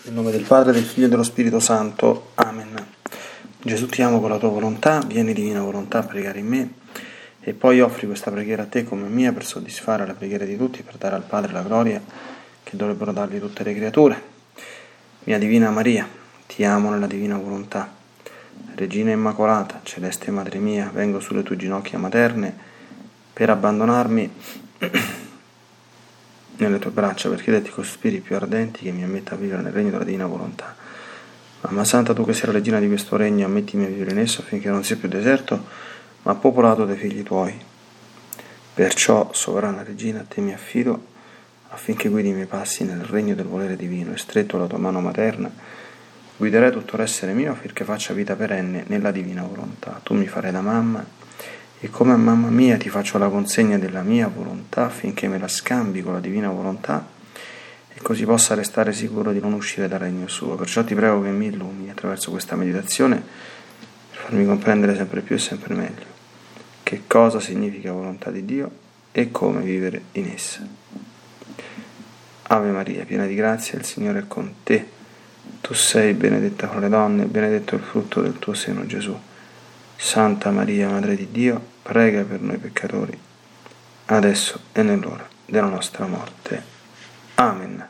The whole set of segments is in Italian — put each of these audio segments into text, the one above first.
Nel nome del Padre, del Figlio e dello Spirito Santo. Amen. Gesù, ti amo con la tua volontà, vieni divina volontà a pregare in me e poi offri questa preghiera a te come mia per soddisfare la preghiera di tutti, per dare al Padre la gloria che dovrebbero dargli tutte le creature. Mia Divina Maria, ti amo nella divina volontà. Regina Immacolata, celeste Madre mia, vengo sulle tue ginocchia materne per abbandonarmi nelle tue braccia, per chiederti con sospiri più ardenti che mi ammetta a vivere nel regno della divina volontà. Mamma Santa, tu che sei la regina di questo regno, ammettimi a vivere in esso affinché non sia più deserto, ma popolato dai figli tuoi. Perciò, sovrana regina, a te mi affido, affinché guidi i miei passi nel regno del volere divino, e stretto la tua mano materna, guiderai tutto l'essere mio affinché faccia vita perenne nella divina volontà. Tu mi farai da mamma, e come a mamma mia ti faccio la consegna della mia volontà affinché me la scambi con la divina volontà e così possa restare sicuro di non uscire dal regno suo. Perciò ti prego che mi illumini attraverso questa meditazione per farmi comprendere sempre più e sempre meglio che cosa significa volontà di Dio e come vivere in essa. Ave Maria, piena di grazia, il Signore è con te. Tu sei benedetta fra le donne e benedetto il frutto del tuo seno, Gesù. Santa Maria, Madre di Dio, prega per noi peccatori, adesso e nell'ora della nostra morte. Amen.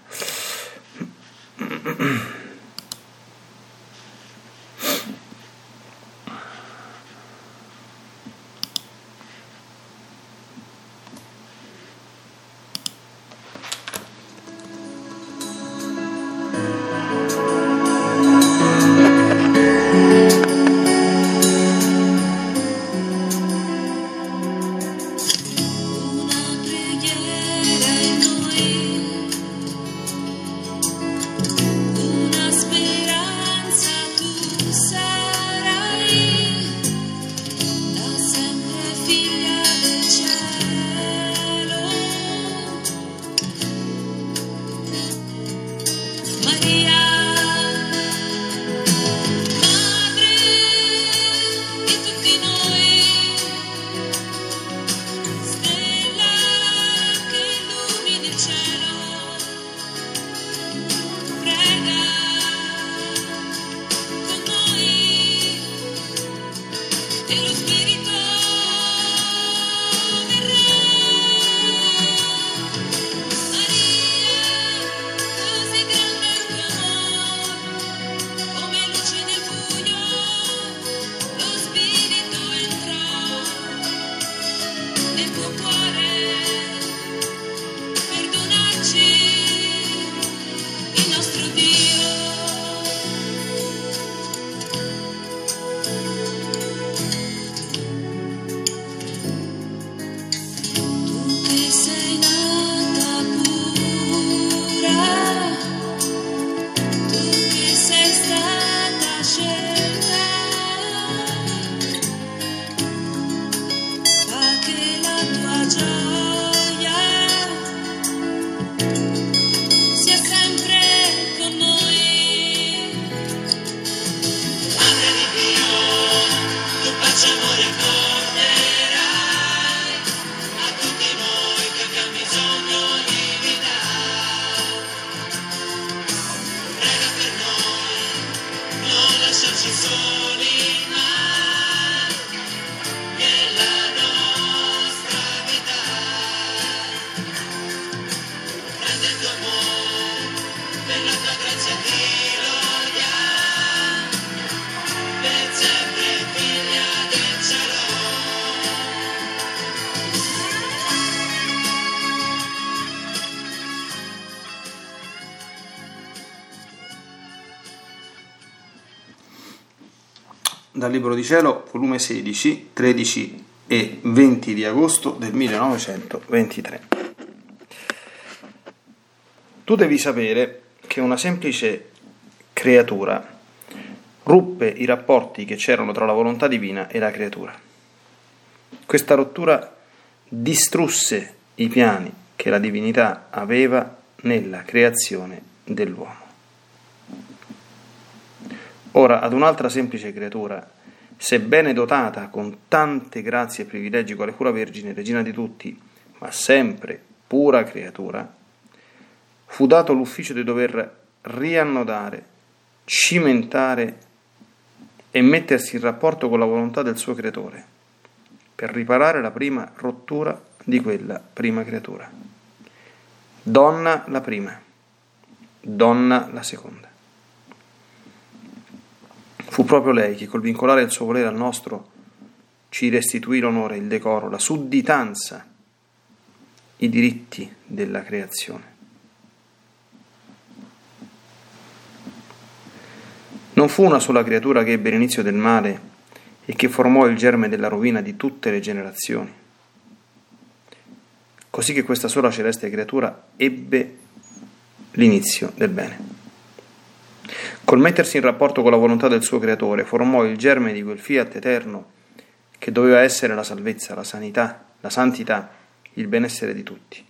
Dal Libro di Cielo, volume 16, 13 e 20 di agosto del 1923. Tu devi sapere che una semplice creatura ruppe i rapporti che c'erano tra la volontà divina e la creatura. Questa rottura distrusse i piani che la divinità aveva nella creazione dell'uomo. Ora, ad un'altra semplice creatura, sebbene dotata con tante grazie e privilegi quale fu la Vergine, regina di tutti, ma sempre pura creatura, fu dato l'ufficio di dover riannodare, cimentare e mettersi in rapporto con la volontà del suo creatore per riparare la prima rottura di quella prima creatura. Donna la prima, donna la seconda. Fu proprio lei che col vincolare il suo volere al nostro ci restituì l'onore, il decoro, la sudditanza, i diritti della creazione. Non fu una sola creatura che ebbe l'inizio del male e che formò il germe della rovina di tutte le generazioni, così che questa sola celeste creatura ebbe l'inizio del bene. Col mettersi in rapporto con la volontà del suo creatore, formò il germe di quel fiat eterno che doveva essere la salvezza, la sanità, la santità, il benessere di tutti.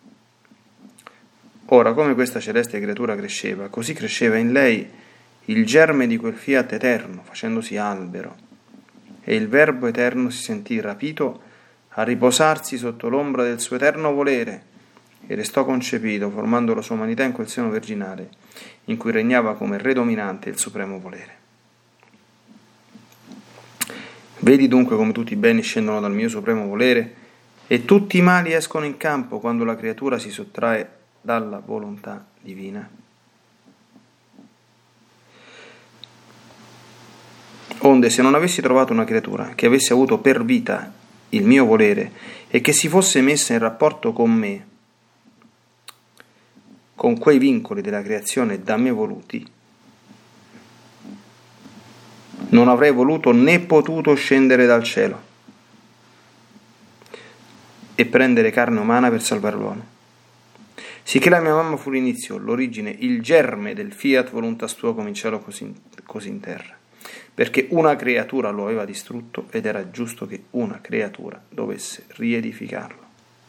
Ora, come questa celeste creatura cresceva, così cresceva in lei il germe di quel fiat eterno, facendosi albero, e il Verbo eterno si sentì rapito a riposarsi sotto l'ombra del suo eterno volere e restò concepito, formando la sua umanità in quel seno virginale, in cui regnava come re dominante il supremo volere. Vedi dunque come tutti i beni scendono dal mio supremo volere e tutti i mali escono in campo quando la creatura si sottrae dalla volontà divina. Onde, se non avessi trovato una creatura che avesse avuto per vita il mio volere e che si fosse messa in rapporto con me, con quei vincoli della creazione da me voluti, non avrei voluto né potuto scendere dal cielo e prendere carne umana per salvare l'uomo. Sicché la mia mamma fu l'inizio, l'origine, il germe del fiat voluntas tua come in cielo così in terra, perché una creatura lo aveva distrutto ed era giusto che una creatura dovesse riedificarlo.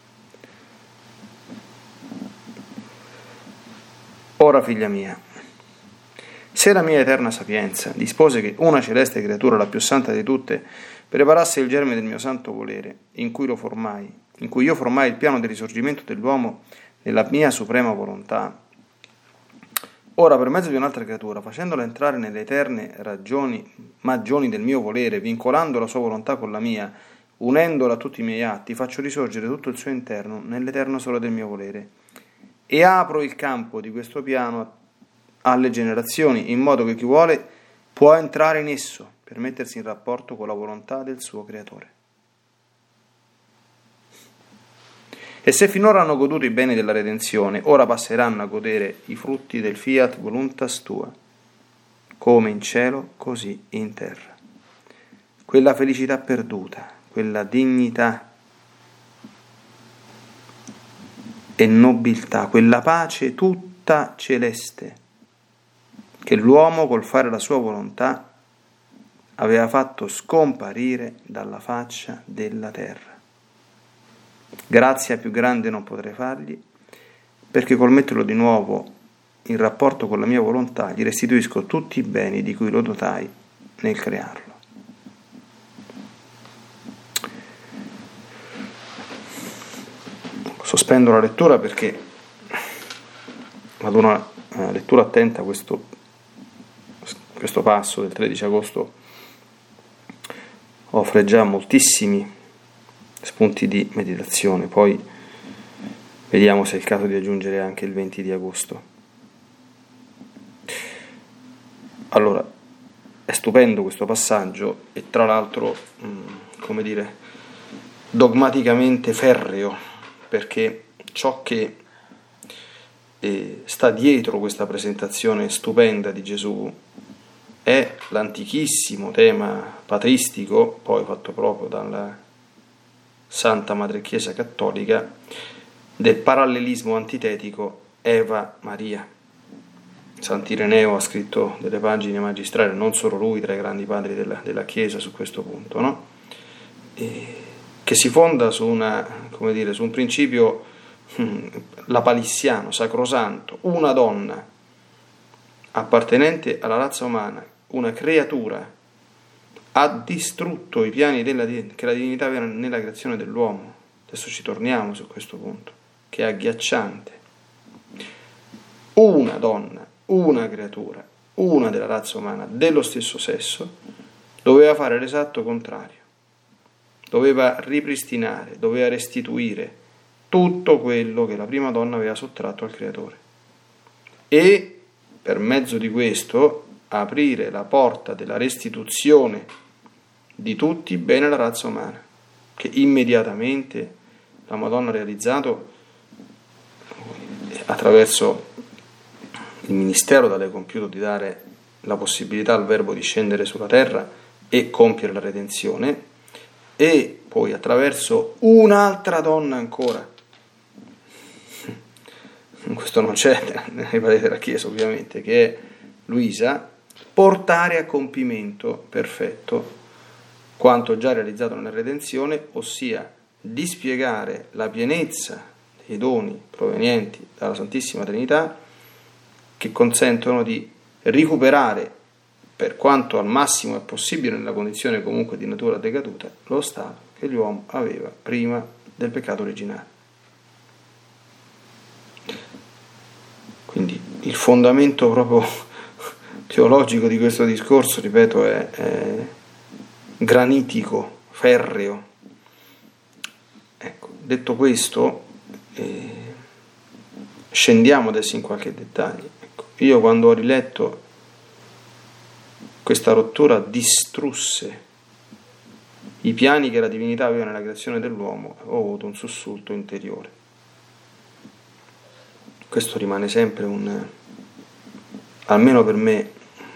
Ora, figlia mia, se la mia eterna sapienza dispose che una celeste creatura, la più santa di tutte, preparasse il germe del mio santo volere, in cui io formai il piano del risorgimento dell'uomo nella mia suprema volontà, ora per mezzo di un'altra creatura, facendola entrare nelle eterne magioni del mio volere, vincolando la sua volontà con la mia, unendola a tutti i miei atti, faccio risorgere tutto il suo interno nell'eterno sole del mio volere e apro il campo di questo piano alle generazioni, in modo che chi vuole può entrare in esso per mettersi in rapporto con la volontà del suo creatore. E se finora hanno goduto i beni della redenzione, ora passeranno a godere i frutti del fiat voluntas tua, come in cielo, così in terra. Quella felicità perduta, quella dignità e nobiltà, quella pace tutta celeste, che l'uomo col fare la sua volontà aveva fatto scomparire dalla faccia della terra. Grazia più grande non potrei fargli, perché col metterlo di nuovo in rapporto con la mia volontà gli restituisco tutti i beni di cui lo dotai nel crearlo. Sospendo la lettura perché ad una lettura attenta questo passo del 13 agosto offre già moltissimi spunti di meditazione, poi vediamo se è il caso di aggiungere anche il 20 di agosto. Allora, è stupendo questo passaggio e tra l'altro, dogmaticamente ferreo, perché ciò che sta dietro questa presentazione stupenda di Gesù è l'antichissimo tema patristico, poi fatto proprio dalla Santa Madre Chiesa Cattolica, del parallelismo antitetico Eva-Maria. Sant'Ireneo ha scritto delle pagine magistrali, non solo lui, tra i grandi padri della Chiesa su questo punto, no? Che si fonda su un principio lapalissiano, sacrosanto. Una donna appartenente alla razza umana, una creatura, ha distrutto i piani che la divinità aveva nella creazione dell'uomo. Adesso ci torniamo su questo punto, che è agghiacciante. Una donna una creatura, una della razza umana, dello stesso sesso, doveva fare l'esatto contrario. Doveva ripristinare, doveva restituire tutto quello che la prima donna aveva sottratto al creatore. E per mezzo di questo aprire la porta della restituzione di tutti i beni alla razza umana, che immediatamente la Madonna ha realizzato attraverso il ministero da lei compiuto di dare la possibilità al Verbo di scendere sulla terra e compiere la redenzione, e poi attraverso un'altra donna ancora, questo non c'è nei padri della Chiesa ovviamente, che è Luisa, portare a compimento perfetto quanto già realizzato nella redenzione, ossia dispiegare la pienezza dei doni provenienti dalla Santissima Trinità, che consentono di recuperare, per quanto al massimo è possibile nella condizione comunque di natura decaduta, lo stato che l'uomo aveva prima del peccato originale. Quindi il fondamento proprio teologico di questo discorso, ripeto, è granitico, ferreo. Ecco, detto questo, scendiamo adesso in qualche dettaglio. Ecco, io quando ho riletto questa rottura distrusse i piani che la divinità aveva nella creazione dell'uomo, ho avuto un sussulto interiore. Questo rimane sempre almeno per me,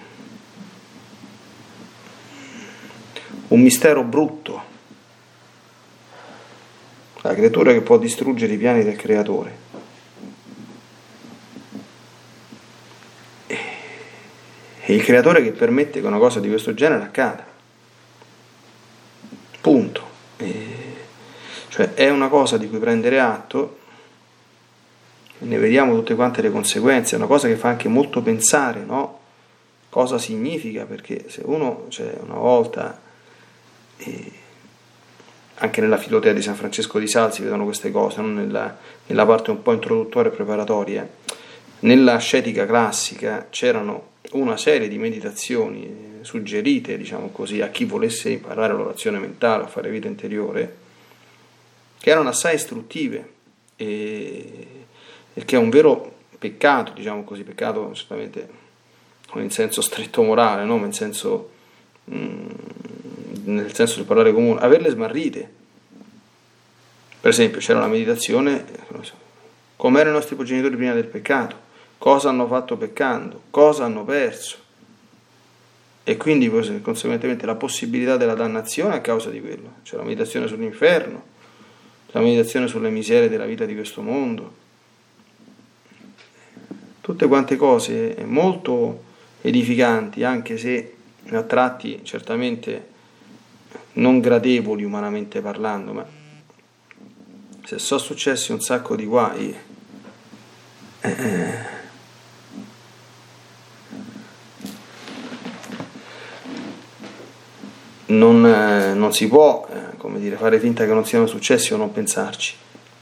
un mistero brutto. La creatura che può distruggere i piani del creatore. E il creatore che permette che una cosa di questo genere accada. Punto. Cioè è una cosa di cui prendere atto, ne vediamo tutte quante le conseguenze, è una cosa che fa anche molto pensare, no? Cosa significa, perché se uno, una volta, anche nella Filotea di San Francesco di Sales si vedono queste cose, non nella parte un po' introduttoria e preparatoria. Nella ascetica classica c'erano una serie di meditazioni suggerite, diciamo così, a chi volesse imparare l'orazione mentale, a fare vita interiore, che erano assai istruttive, e che è un vero peccato, diciamo così, peccato certamente non in senso stretto morale, no? Ma nel senso di parlare comune, averle smarrite. Per esempio c'era una meditazione, come erano i nostri progenitori prima del peccato, cosa hanno fatto peccando, cosa hanno perso, e quindi conseguentemente la possibilità della dannazione a causa di quello. C'è la meditazione sull'inferno, la meditazione sulle miserie della vita di questo mondo, tutte quante cose molto edificanti, anche se a tratti certamente non gradevoli umanamente parlando, ma se sono successi un sacco di guai, non si può fare finta che non siano successi o non pensarci.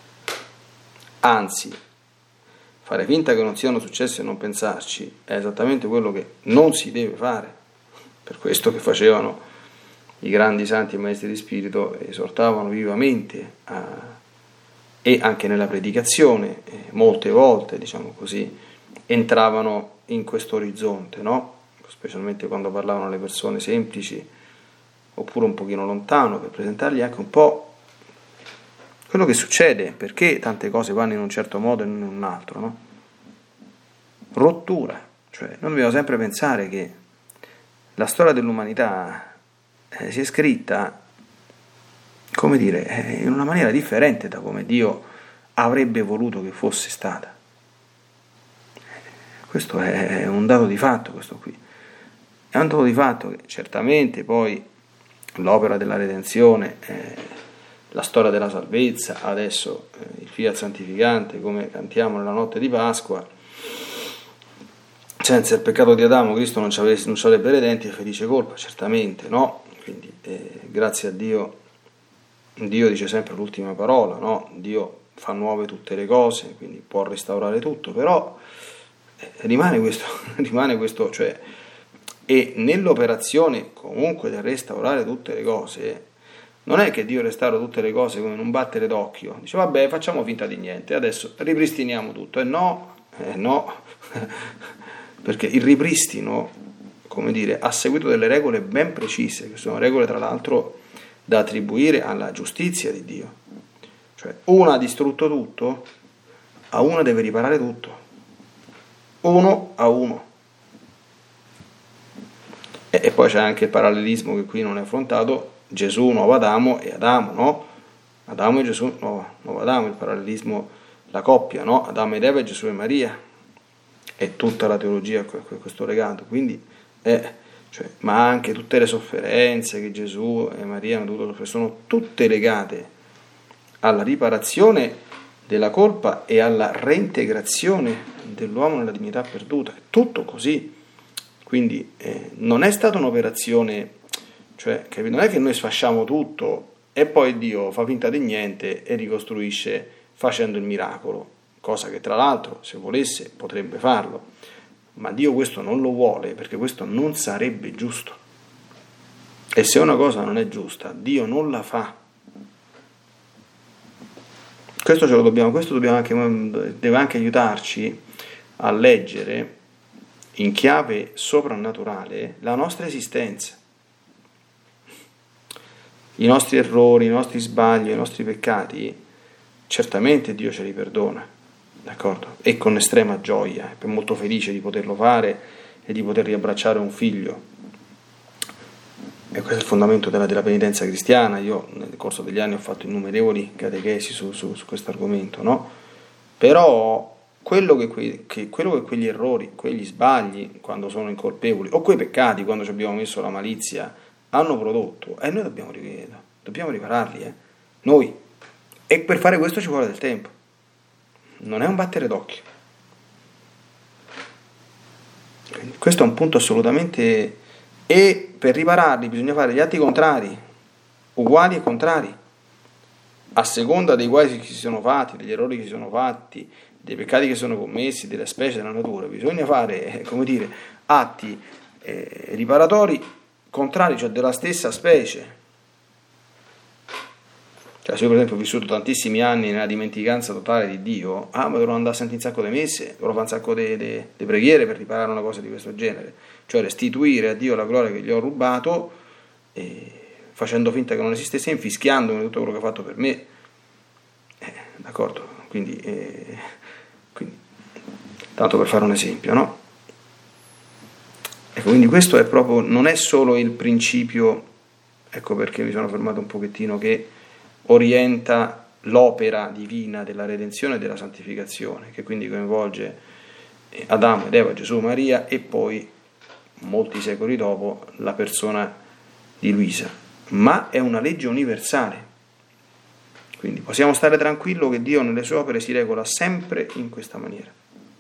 Anzi, fare finta che non siano successi e non pensarci è esattamente quello che non si deve fare. Per questo che facevano i grandi santi e maestri di spirito, esortavano vivamente e anche nella predicazione molte volte, diciamo così, entravano in questo orizzonte, no? Specialmente quando parlavano alle persone semplici oppure un pochino lontano, per presentargli anche un po' quello che succede, perché tante cose vanno in un certo modo e non in un altro, no? Rottura, cioè noi dobbiamo sempre pensare che la storia dell'umanità si è scritta, in una maniera differente da come Dio avrebbe voluto che fosse stata. Questo è un dato di fatto, questo qui. È un dato di fatto che certamente poi l'opera della redenzione, la storia della salvezza, adesso il Fiat Santificante, come cantiamo nella notte di Pasqua, senza il peccato di Adamo Cristo non ci avrebbe redenti e felice colpa, certamente, no? Quindi grazie a Dio dice sempre l'ultima parola, no? Dio fa nuove tutte le cose, quindi può restaurare tutto, però rimane questo, cioè, e nell'operazione comunque del restaurare tutte le cose, non è che Dio restaura tutte le cose come in un battere d'occhio, dice vabbè facciamo finta di niente, adesso ripristiniamo tutto, no, perché il ripristino, come dire, ha seguito delle regole ben precise, che sono regole tra l'altro da attribuire alla giustizia di Dio, cioè una ha distrutto tutto, a una deve riparare tutto, uno a uno. E poi c'è anche il parallelismo che qui non è affrontato, Gesù, nuovo Adamo e Adamo, no? Adamo e Gesù, nuovo Adamo, il parallelismo, la coppia, no? Adamo ed Eva e Gesù e Maria, è tutta la teologia a questo legato, quindi ma anche tutte le sofferenze che Gesù e Maria hanno dovuto soffrire, sono tutte legate alla riparazione della colpa e alla reintegrazione dell'uomo nella dignità perduta, tutto così. Quindi non è stata un'operazione, cioè non è che noi sfasciamo tutto e poi Dio fa finta di niente e ricostruisce facendo il miracolo, cosa che tra l'altro se volesse potrebbe farlo, ma Dio questo non lo vuole perché questo non sarebbe giusto, e se una cosa non è giusta Dio non la fa. Questo deve anche aiutarci a leggere in chiave soprannaturale la nostra esistenza, i nostri errori, i nostri sbagli, i nostri peccati. Certamente Dio ce li perdona, d'accordo? E con estrema gioia, è molto felice di poterlo fare e di poter riabbracciare un figlio. E questo è il fondamento della penitenza cristiana. Io nel corso degli anni ho fatto innumerevoli catechesi su questo argomento, no? Però quello che quegli errori, quegli sbagli quando sono incolpevoli, o quei peccati quando ci abbiamo messo la malizia hanno prodotto, e noi dobbiamo ripararli, noi. E per fare questo ci vuole del tempo, non è un battere d'occhio. Quindi questo è un punto assolutamente. E per ripararli bisogna fare gli atti contrari, uguali e contrari, a seconda dei guai che si sono fatti, degli errori che si sono fatti, dei peccati che sono commessi, delle specie della natura. Bisogna fare, atti riparatori contrari, cioè della stessa specie. Cioè, se io per esempio ho vissuto tantissimi anni nella dimenticanza totale di Dio, ma dovrò andare a sentire un sacco di messe, dovrò fare un sacco di preghiere per riparare una cosa di questo genere, cioè restituire a Dio la gloria che gli ho rubato, facendo finta che non esistesse, infischiandomi tutto quello che ha fatto per me, d'accordo? Quindi tanto per fare un esempio, no? Ecco, quindi questo è proprio, non è solo il principio, ecco perché mi sono fermato un pochettino, che orienta l'opera divina della redenzione e della santificazione, che quindi coinvolge Adamo ed Eva, Gesù, Maria, e poi molti secoli dopo la persona di Luisa, ma è una legge universale. Quindi possiamo stare tranquillo che Dio nelle sue opere si regola sempre in questa maniera.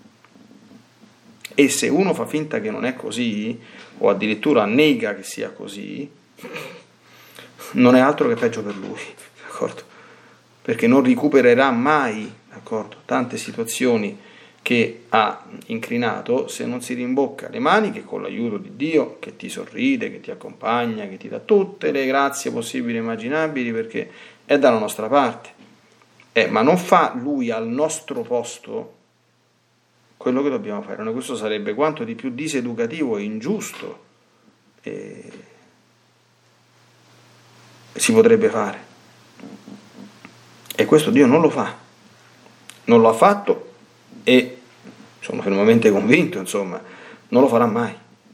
E se uno fa finta che non è così, o addirittura nega che sia così, non è altro che peggio per lui, d'accordo? Perché non recupererà mai, d'accordo, tante situazioni che ha incrinato se non si rimbocca le maniche con l'aiuto di Dio, che ti sorride, che ti accompagna, che ti dà tutte le grazie possibili e immaginabili, perché è dalla nostra parte. Ma non fa lui al nostro posto quello che dobbiamo fare. Questo sarebbe quanto di più diseducativo e ingiusto si potrebbe fare. E questo Dio non lo fa, non lo ha fatto e sono fermamente convinto, insomma, non lo farà mai.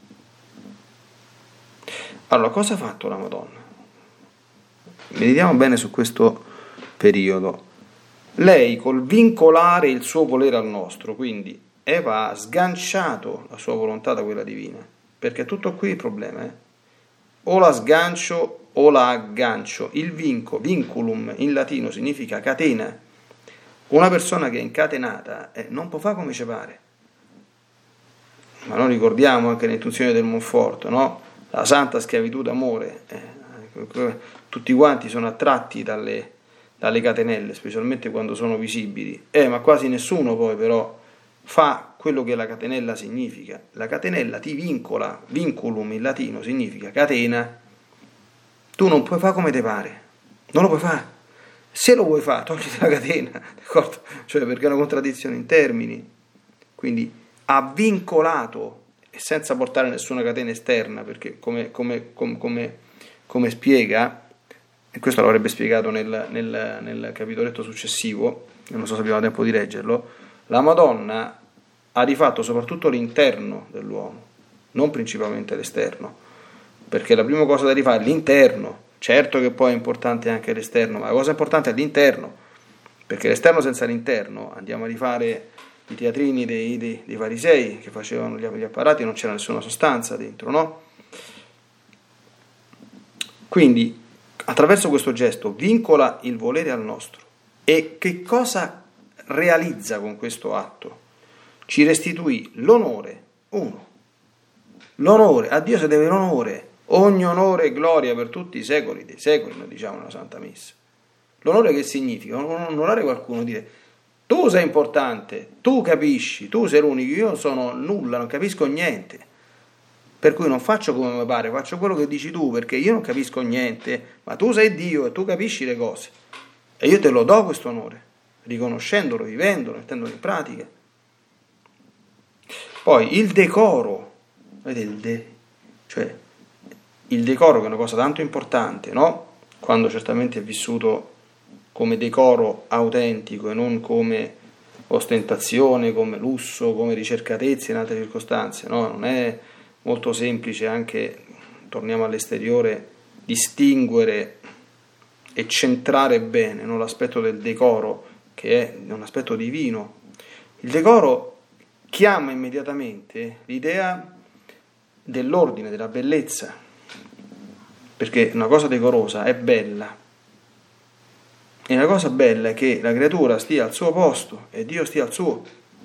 Allora, cosa ha fatto la Madonna? Meditiamo bene su questo periodo. Lei, col vincolare il suo volere al nostro, quindi Eva ha sganciato la sua volontà da quella divina, perché è tutto qui il problema, o la sgancio o la aggancio. Il vinculum in latino significa catena. Una persona che è incatenata non può fare come ci pare. Ma noi ricordiamo anche l'intuizione del Monforto, no? La santa schiavitù d'amore. Tutti quanti sono attratti dalle catenelle, specialmente quando sono visibili. Ma quasi nessuno poi però fa quello che la catenella significa. La catenella ti vincola, vinculum in latino significa catena. Tu non puoi fare come te pare, non lo puoi fare. Se lo vuoi fare, togliti la catena, d'accordo? Cioè, perché è una contraddizione in termini. Quindi ha vincolato, e senza portare nessuna catena esterna, perché come spiega, e questo l'avrebbe spiegato nel capitoletto successivo, non so se abbiamo tempo di leggerlo, la Madonna ha rifatto soprattutto l'interno dell'uomo, non principalmente l'esterno, perché la prima cosa da rifare è l'interno. Certo che poi è importante anche l'esterno, ma la cosa importante è l'interno, perché l'esterno senza l'interno, andiamo a rifare i teatrini dei farisei che facevano gli apparati, non c'era nessuna sostanza dentro, no? Quindi attraverso questo gesto vincola il volere al nostro. E che cosa realizza con questo atto? Ci restituì l'onore, l'onore, a Dio si deve l'onore, ogni onore e gloria per tutti i secoli dei secoli, noi diciamo nella Santa Messa. L'onore che significa? Onorare qualcuno, dire tu sei importante, tu capisci, tu sei l'unico, io sono nulla, non capisco niente, per cui non faccio come mi pare, faccio quello che dici tu, perché io non capisco niente, ma tu sei Dio e tu capisci le cose, e io te lo do questo onore, riconoscendolo, vivendolo, mettendolo in pratica. Poi il decoro, vedete, cioè il decoro che è una cosa tanto importante, no? Quando certamente è vissuto come decoro autentico e non come ostentazione, come lusso, come ricercatezza in altre circostanze, no? Non è molto semplice anche, torniamo all'esteriore, distinguere e centrare bene, no? L'aspetto del decoro, che è un aspetto divino. Il decoro chiama immediatamente l'idea dell'ordine, della bellezza, perché una cosa decorosa è bella, e una cosa bella è che la creatura stia al suo posto e Dio stia al suo.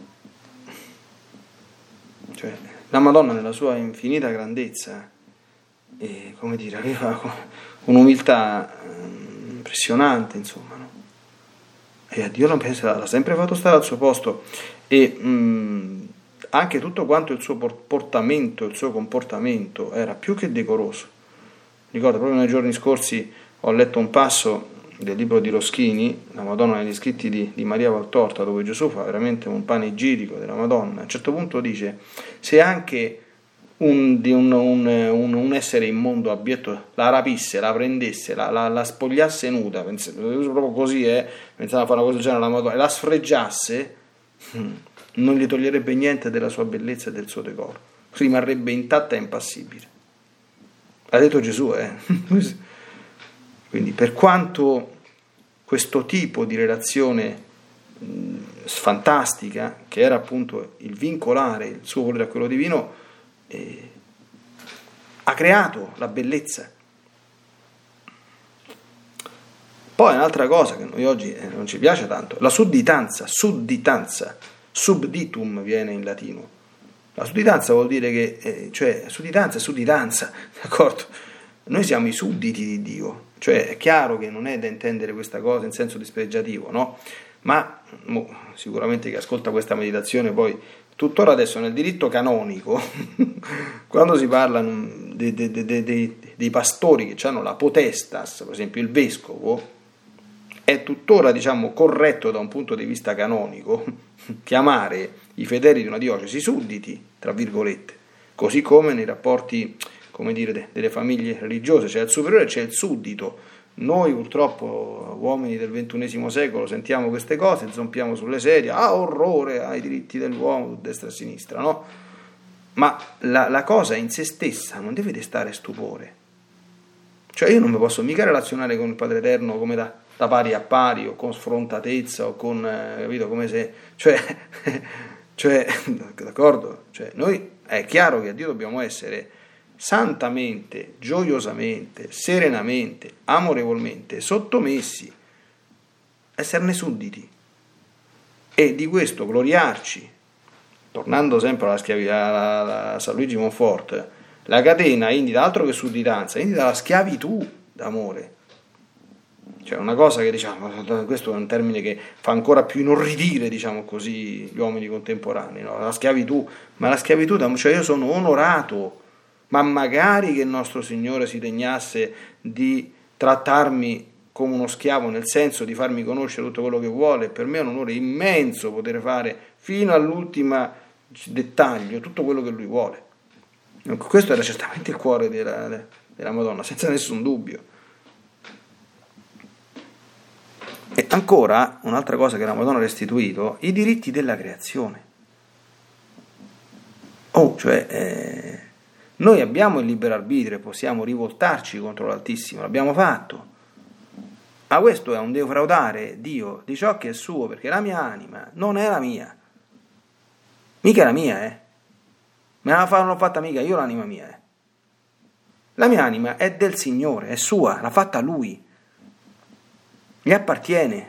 Cioè, la Madonna nella sua infinita grandezza, come dire, aveva un'umiltà impressionante, insomma, no? E a Dio l'ha sempre fatto stare al suo posto, e anche tutto quanto il suo portamento, il suo comportamento era più che decoroso. Ricordo, proprio nei giorni scorsi ho letto un passo del libro di Roschini, La Madonna negli scritti di Maria Valtorta, dove Gesù fa veramente un panegirico della Madonna. A un certo punto dice: se anche un essere immondo, abietto, la rapisse, la prendesse, la spogliasse nuda, proprio così, pensava a fare una cosa del genere alla Madonna, e la sfregiasse, non gli toglierebbe niente della sua bellezza e del suo decoro, rimarrebbe intatta e impassibile. Ha detto Gesù, Quindi, per quanto questo tipo di relazione fantastica, che era appunto il vincolare il suo volere a quello divino, ha creato la bellezza. Poi un'altra cosa che noi oggi non ci piace tanto, la sudditanza, subditum viene in latino. La sudditanza vuol dire che, cioè, sudditanza è sudditanza, d'accordo? Noi siamo i sudditi di Dio, cioè è chiaro che non è da intendere questa cosa in senso dispregiativo, no? Ma sicuramente chi ascolta questa meditazione poi, tuttora adesso nel diritto canonico, quando si parla dei pastori che hanno la potestas, per esempio il vescovo, è tuttora, diciamo, corretto da un punto di vista canonico chiamare i fedeli di una diocesi sudditi, tra virgolette, così come nei rapporti, come dire, delle famiglie religiose, c'è il superiore e c'è il suddito. Noi purtroppo, uomini del XXI secolo, sentiamo queste cose, zompiamo sulle sedie, orrore ai diritti dell'uomo, destra e sinistra, no? Ma la cosa in se stessa non deve destare stupore. Cioè io non mi posso mica relazionare con il Padre Eterno come da pari a pari, o con sfrontatezza, o con, capito, come se, cioè d'accordo? Cioè noi è chiaro che a Dio dobbiamo essere santamente, gioiosamente, serenamente, amorevolmente sottomessi, esserne sudditi, e di questo gloriarci. Tornando sempre alla schiavitù, a San Luigi Monfort, la catena indica altro che sudditanza, indica la schiavitù d'amore. Cioè una cosa che, diciamo, questo è un termine che fa ancora più inorridire, diciamo così, gli uomini contemporanei, no? La schiavitù, ma la schiavitù, cioè io sono onorato, ma magari che il nostro Signore si degnasse di trattarmi come uno schiavo, nel senso di farmi conoscere tutto quello che vuole. Per me è un onore immenso poter fare fino all'ultimo dettaglio tutto quello che Lui vuole. Questo era certamente il cuore della Madonna, senza nessun dubbio. E ancora, un'altra cosa che la Madonna ha restituito, i diritti della creazione. Noi abbiamo il libero arbitrio, possiamo rivoltarci contro l'Altissimo, l'abbiamo fatto. Ma questo è un defraudare Dio di ciò che è suo, perché la mia anima non è la mia. Mica è la mia, Me la l'ho fatta mica io l'anima mia, La mia anima è del Signore, è sua, l'ha fatta Lui. Gli appartiene.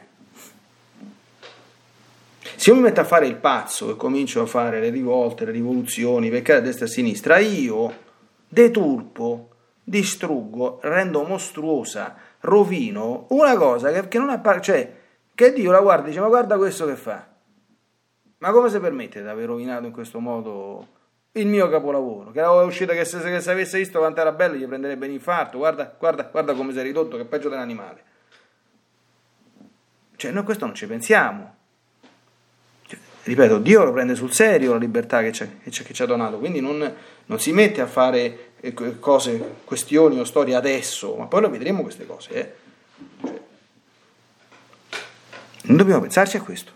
Se io mi metto a fare il pazzo e comincio a fare le rivolte, le rivoluzioni, peccare a destra e a sinistra, io deturpo, distruggo, rendo mostruosa, rovino una cosa che non appartiene, cioè che Dio la guarda e dice: ma guarda questo che fa, ma come si permette di aver rovinato in questo modo il mio capolavoro, che era uscita che se avesse visto quanto era bello gli prenderebbe un infarto, guarda come si è ridotto, che è peggio dell'animale. Cioè noi questo non ci pensiamo. Ripeto, Dio lo prende sul serio la libertà che ci ha donato, quindi non si mette a fare cose, questioni o storie adesso, ma poi lo vedremo queste cose. Non dobbiamo pensarci a questo.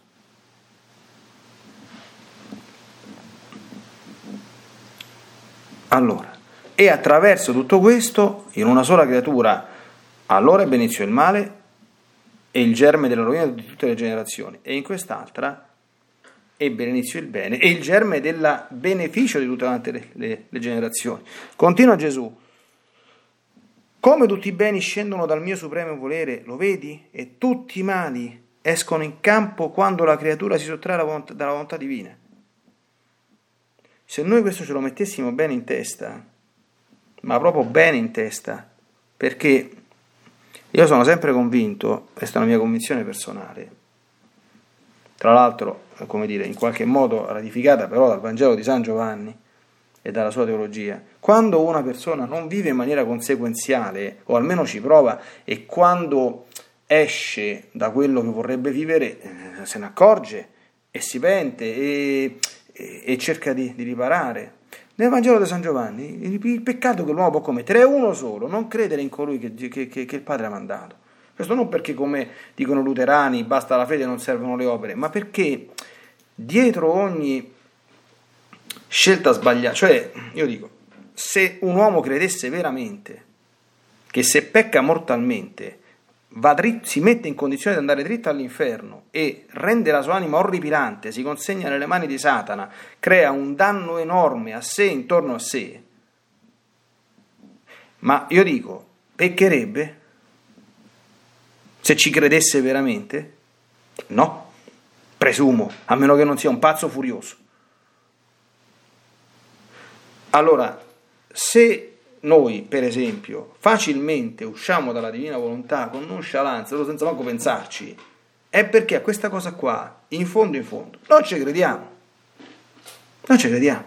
Allora, e attraverso tutto questo, in una sola creatura, allora ebbe inizio il male e il germe della rovina di tutte le generazioni, e in quest'altra ebbe inizio il bene e il germe del beneficio di tutte le generazioni. Continua Gesù: come tutti i beni scendono dal mio supremo volere, lo vedi? E tutti i mali escono in campo quando la creatura si sottrae dalla volontà divina. Se noi questo ce lo mettessimo bene in testa, ma proprio bene in testa, perché io sono sempre convinto, questa è una mia convinzione personale, tra l'altro, come dire, in qualche modo ratificata però dal Vangelo di San Giovanni e dalla sua teologia, quando una persona non vive in maniera conseguenziale, o almeno ci prova, e quando esce da quello che vorrebbe vivere, se ne accorge e si pente e cerca di riparare. Nel Vangelo di San Giovanni il peccato che l'uomo può commettere è uno solo: non credere in colui che il Padre ha mandato. Questo non perché, come dicono i luterani, basta la fede e non servono le opere, ma perché dietro ogni scelta sbagliata, cioè io dico, se un uomo credesse veramente che se pecca mortalmente si mette in condizione di andare dritto all'inferno e rende la sua anima orripilante, si consegna nelle mani di Satana, crea un danno enorme a sé, intorno a sé, ma io dico, peccherebbe? Se ci credesse veramente? No, presumo, a meno che non sia un pazzo furioso. Allora, se noi, per esempio, facilmente usciamo dalla divina volontà con nonchalance, senza manco pensarci, è perché a questa cosa qua, in fondo, non ci crediamo. Non ci crediamo.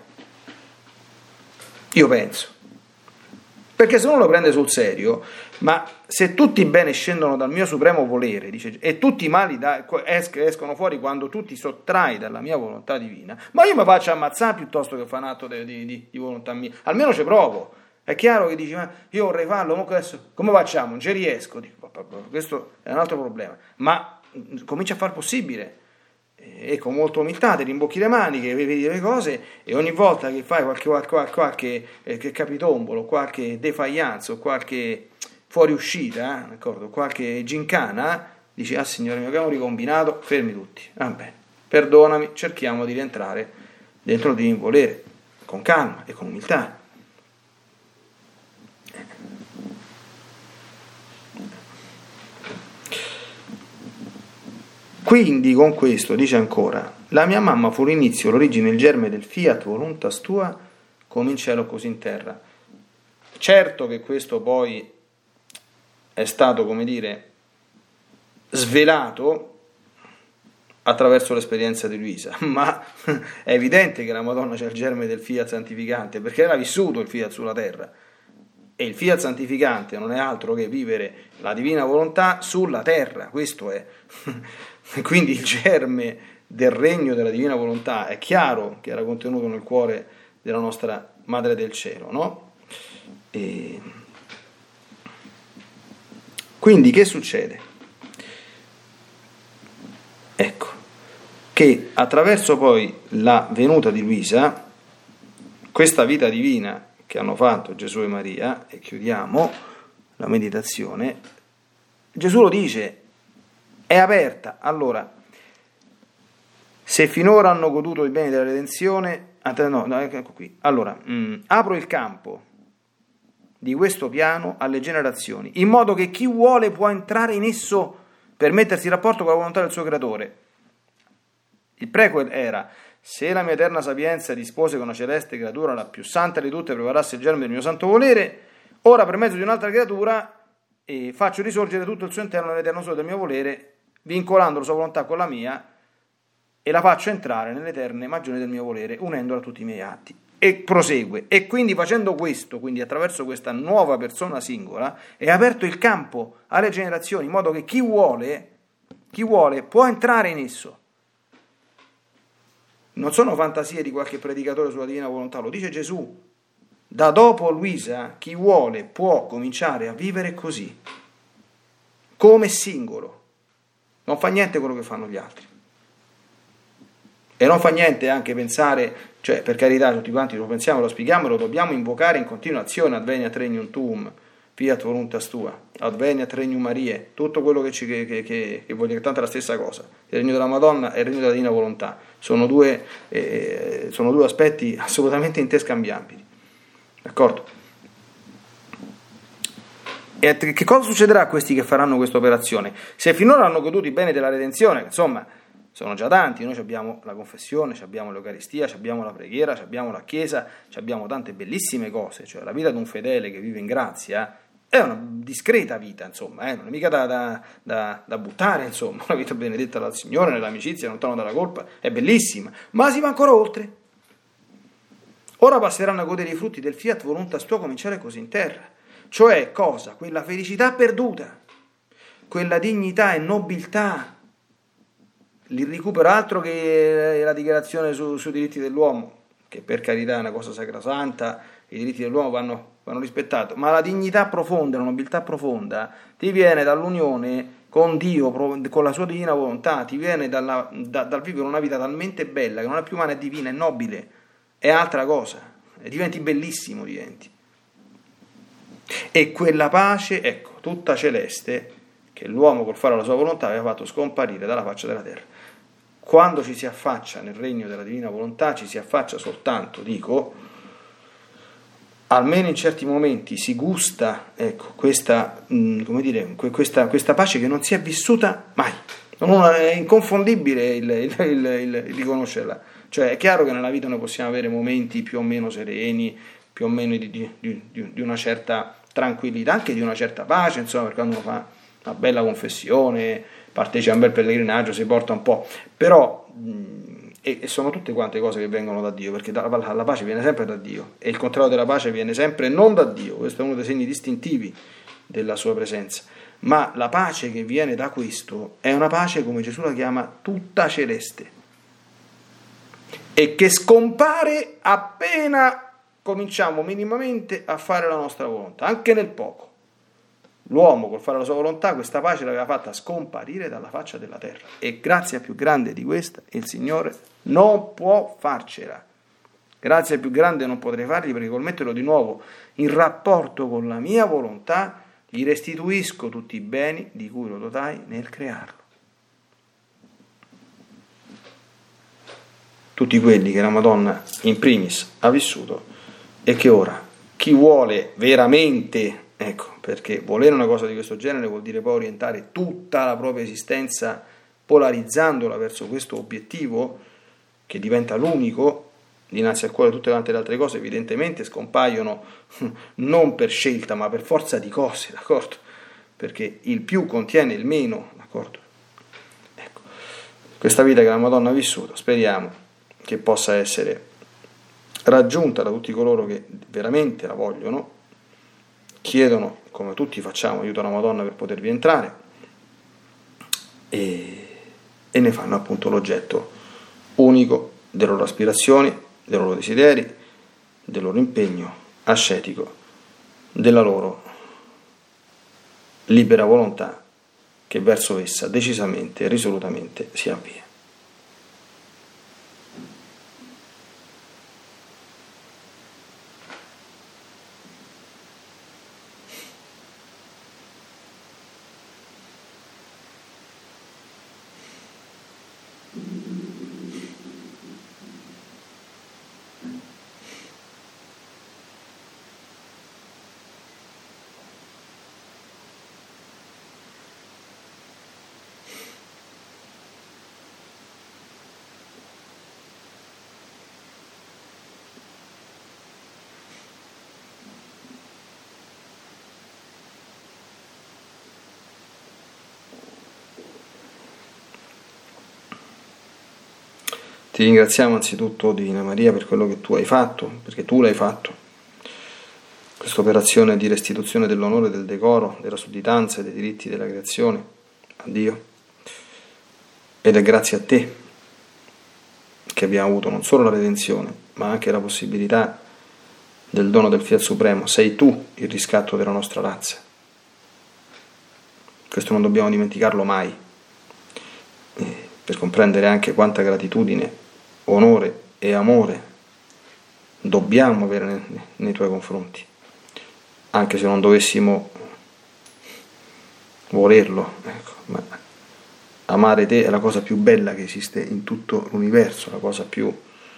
Io penso. Perché se uno lo prende sul serio, ma se tutti i beni scendono dal mio supremo volere, dice, e tutti i mali escono fuori quando tu ti sottrai dalla mia volontà divina, ma io mi faccio ammazzare piuttosto che fare un atto di volontà mia, almeno ci provo. È chiaro che dici, ma io vorrei farlo, ma adesso come facciamo? Non ci riesco. Dico, questo è un altro problema, ma comincia a far possibile. E con molta umiltà ti rimbocchi le maniche, vedi le cose, e ogni volta che fai qualche capitombolo, qualche defiance o qualche fuoriuscita, d'accordo? Qualche gincana, dici: ah Signore mio, che abbiamo ricombinato, fermi tutti, vabbè, perdonami, cerchiamo di rientrare dentro di volere, con calma e con umiltà. Quindi con questo dice ancora: la mia mamma fu l'inizio, l'origine, il germe del fiat voluntas tua, come in cielo così in terra. Certo che questo poi è stato, come dire, svelato attraverso l'esperienza di Luisa, ma è evidente che la Madonna c'è il germe del fiat santificante, perché era vissuto il fiat sulla terra, e il fiat santificante non è altro che vivere la divina volontà sulla terra, questo è. Quindi il germe del regno della divina volontà è chiaro che era contenuto nel cuore della nostra Madre del Cielo, no? E quindi che succede? Ecco, che attraverso poi la venuta di Luisa, questa vita divina che hanno fatto Gesù e Maria, e chiudiamo la meditazione, Gesù lo dice, è aperta. Allora, se finora hanno goduto i beni della redenzione, ecco qui. Allora, apro il campo di questo piano alle generazioni, in modo che chi vuole può entrare in esso per mettersi in rapporto con la volontà del suo creatore. Il prequel era: se la mia eterna sapienza dispose che una celeste creatura, la più santa di tutte, preparasse il germe del mio santo volere, ora per mezzo di un'altra creatura faccio risorgere tutto il suo interno nell'eterno sole del mio volere, vincolando la sua volontà con la mia, e la faccio entrare nelle eterne magioni del mio volere, unendola a tutti i miei atti. E prosegue, e quindi facendo questo, quindi attraverso questa nuova persona singola, è aperto il campo alle generazioni, in modo che chi vuole può entrare in esso. Non sono fantasie di qualche predicatore sulla divina volontà, lo dice Gesù. Da dopo Luisa, chi vuole può cominciare a vivere così, come singolo. Non fa niente quello che fanno gli altri. E non fa niente anche pensare, cioè per carità tutti quanti lo pensiamo, lo spieghiamo, lo dobbiamo invocare in continuazione, adveniat regnum tuum, fiat voluntas tua, adveniat regnum Mariae, tutto quello che voglio dire, tanto è la stessa cosa. Il regno della Madonna e il regno della divina volontà sono due aspetti assolutamente interscambiabili, d'accordo? E che cosa succederà a questi che faranno questa operazione? Se finora hanno goduto i beni della redenzione, insomma, sono già tanti, noi abbiamo la confessione, abbiamo l'Eucaristia, abbiamo la preghiera, abbiamo la Chiesa, abbiamo tante bellissime cose, cioè la vita di un fedele che vive in grazia è una discreta vita, insomma, non è mica da buttare, insomma, una vita benedetta dal Signore, nell'amicizia, lontano dalla colpa, è bellissima, ma si va ancora oltre. Ora passeranno a godere i frutti del fiat voluntas tua, cominciare così in terra, cioè cosa? Quella felicità perduta, quella dignità e nobiltà, il recupero, altro che la dichiarazione sui diritti dell'uomo, che per carità è una cosa sacrosanta, i diritti dell'uomo vanno rispettati, ma la dignità profonda, la nobiltà profonda ti viene dall'unione con Dio, con la sua divina volontà, ti viene dal vivere una vita talmente bella che non è più umana, è divina, è nobile, è altra cosa, e diventi bellissimo, diventi. E quella pace, ecco, tutta celeste, che l'uomo col fare la sua volontà aveva fatto scomparire dalla faccia della terra. Quando ci si affaccia nel regno della divina volontà, ci si affaccia soltanto, dico, almeno in certi momenti si gusta, ecco, questa pace che non si è vissuta mai. È inconfondibile il riconoscerla. Cioè è chiaro che nella vita noi possiamo avere momenti più o meno sereni, più o meno di una certa tranquillità, anche di una certa pace, insomma, perché quando uno fa una bella confessione, partecipa a un bel pellegrinaggio, si porta un po', però e sono tutte quante cose che vengono da Dio, perché la pace viene sempre da Dio e il contrario della pace viene sempre non da Dio. Questo è uno dei segni distintivi della sua presenza, ma la pace che viene da questo è una pace, come Gesù la chiama, tutta celeste, e che scompare appena cominciamo minimamente a fare la nostra volontà, anche nel poco. L'uomo col fare la sua volontà questa pace l'aveva fatta scomparire dalla faccia della terra, e grazia più grande di questa il Signore non può farcela. Grazia più grande non potrei fargli, perché col metterlo di nuovo in rapporto con la mia volontà gli restituisco tutti i beni di cui lo dotai nel crearlo. Tutti quelli che la Madonna in primis ha vissuto e che ora chi vuole veramente, ecco, perché volere una cosa di questo genere vuol dire poi orientare tutta la propria esistenza polarizzandola verso questo obiettivo che diventa l'unico, dinanzi al quale tutte quante le altre cose evidentemente scompaiono non per scelta ma per forza di cose, d'accordo? perché il più contiene il meno, d'accordo? Ecco, questa vita che la Madonna ha vissuto, speriamo che possa essere raggiunta da tutti coloro che veramente la vogliono, chiedono, come tutti facciamo, aiuto alla Madonna per potervi entrare, e ne fanno appunto l'oggetto unico delle loro aspirazioni, dei loro desideri, del loro impegno ascetico, della loro libera volontà che verso essa decisamente e risolutamente si avvia. Ti ringraziamo anzitutto, Divina Maria, per quello che tu hai fatto, perché tu l'hai fatto, questa operazione di restituzione dell'onore, del decoro, della sudditanza e dei diritti della creazione a Dio. Ed è grazie a te che abbiamo avuto non solo la redenzione, ma anche la possibilità del dono del Fiat Supremo. Sei tu il riscatto della nostra razza. Questo non dobbiamo dimenticarlo mai, per comprendere anche quanta gratitudine, onore e amore dobbiamo avere nei tuoi confronti, anche se non dovessimo volerlo, ecco, ma amare te è la cosa più bella che esiste in tutto l'universo, la cosa più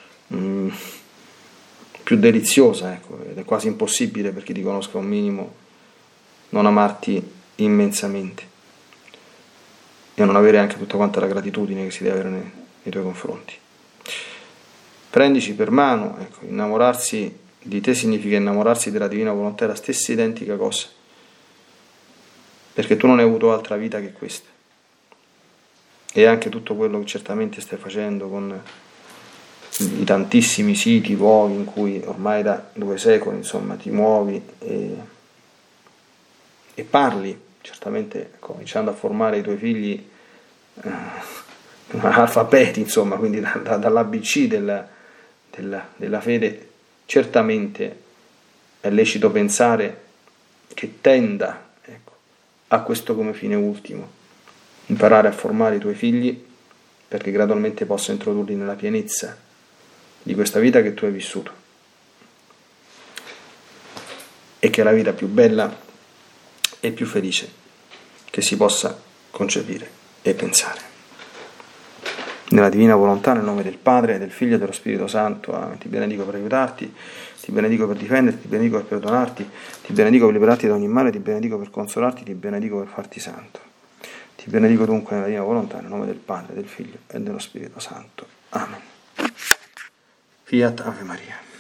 deliziosa, ecco, ed è quasi impossibile per chi ti conosca un minimo non amarti immensamente e non avere anche tutta quanta la gratitudine che si deve avere nei tuoi confronti. Prendici per mano, ecco, innamorarsi di te significa innamorarsi della divina volontà, è la stessa identica cosa, perché tu non hai avuto altra vita che questa, e anche tutto quello che certamente stai facendo con i tantissimi siti, luoghi in cui ormai da 2 secoli, insomma, ti muovi e parli, certamente cominciando a formare i tuoi figli alfabeti, insomma, quindi dall'ABC della fede, certamente è lecito pensare che tenda, ecco, a questo come fine ultimo, imparare a formare i tuoi figli perché gradualmente possa introdurli nella pienezza di questa vita che tu hai vissuto, e che è la vita più bella e più felice che si possa concepire e pensare. Nella divina volontà, nel nome del Padre, del Figlio e dello Spirito Santo, amen. Ti benedico per aiutarti, ti benedico per difenderti, ti benedico per perdonarti, ti benedico per liberarti da ogni male, ti benedico per consolarti, ti benedico per farti santo. Ti benedico dunque nella divina volontà, nel nome del Padre, del Figlio e dello Spirito Santo. Amen. Fiat Ave Maria.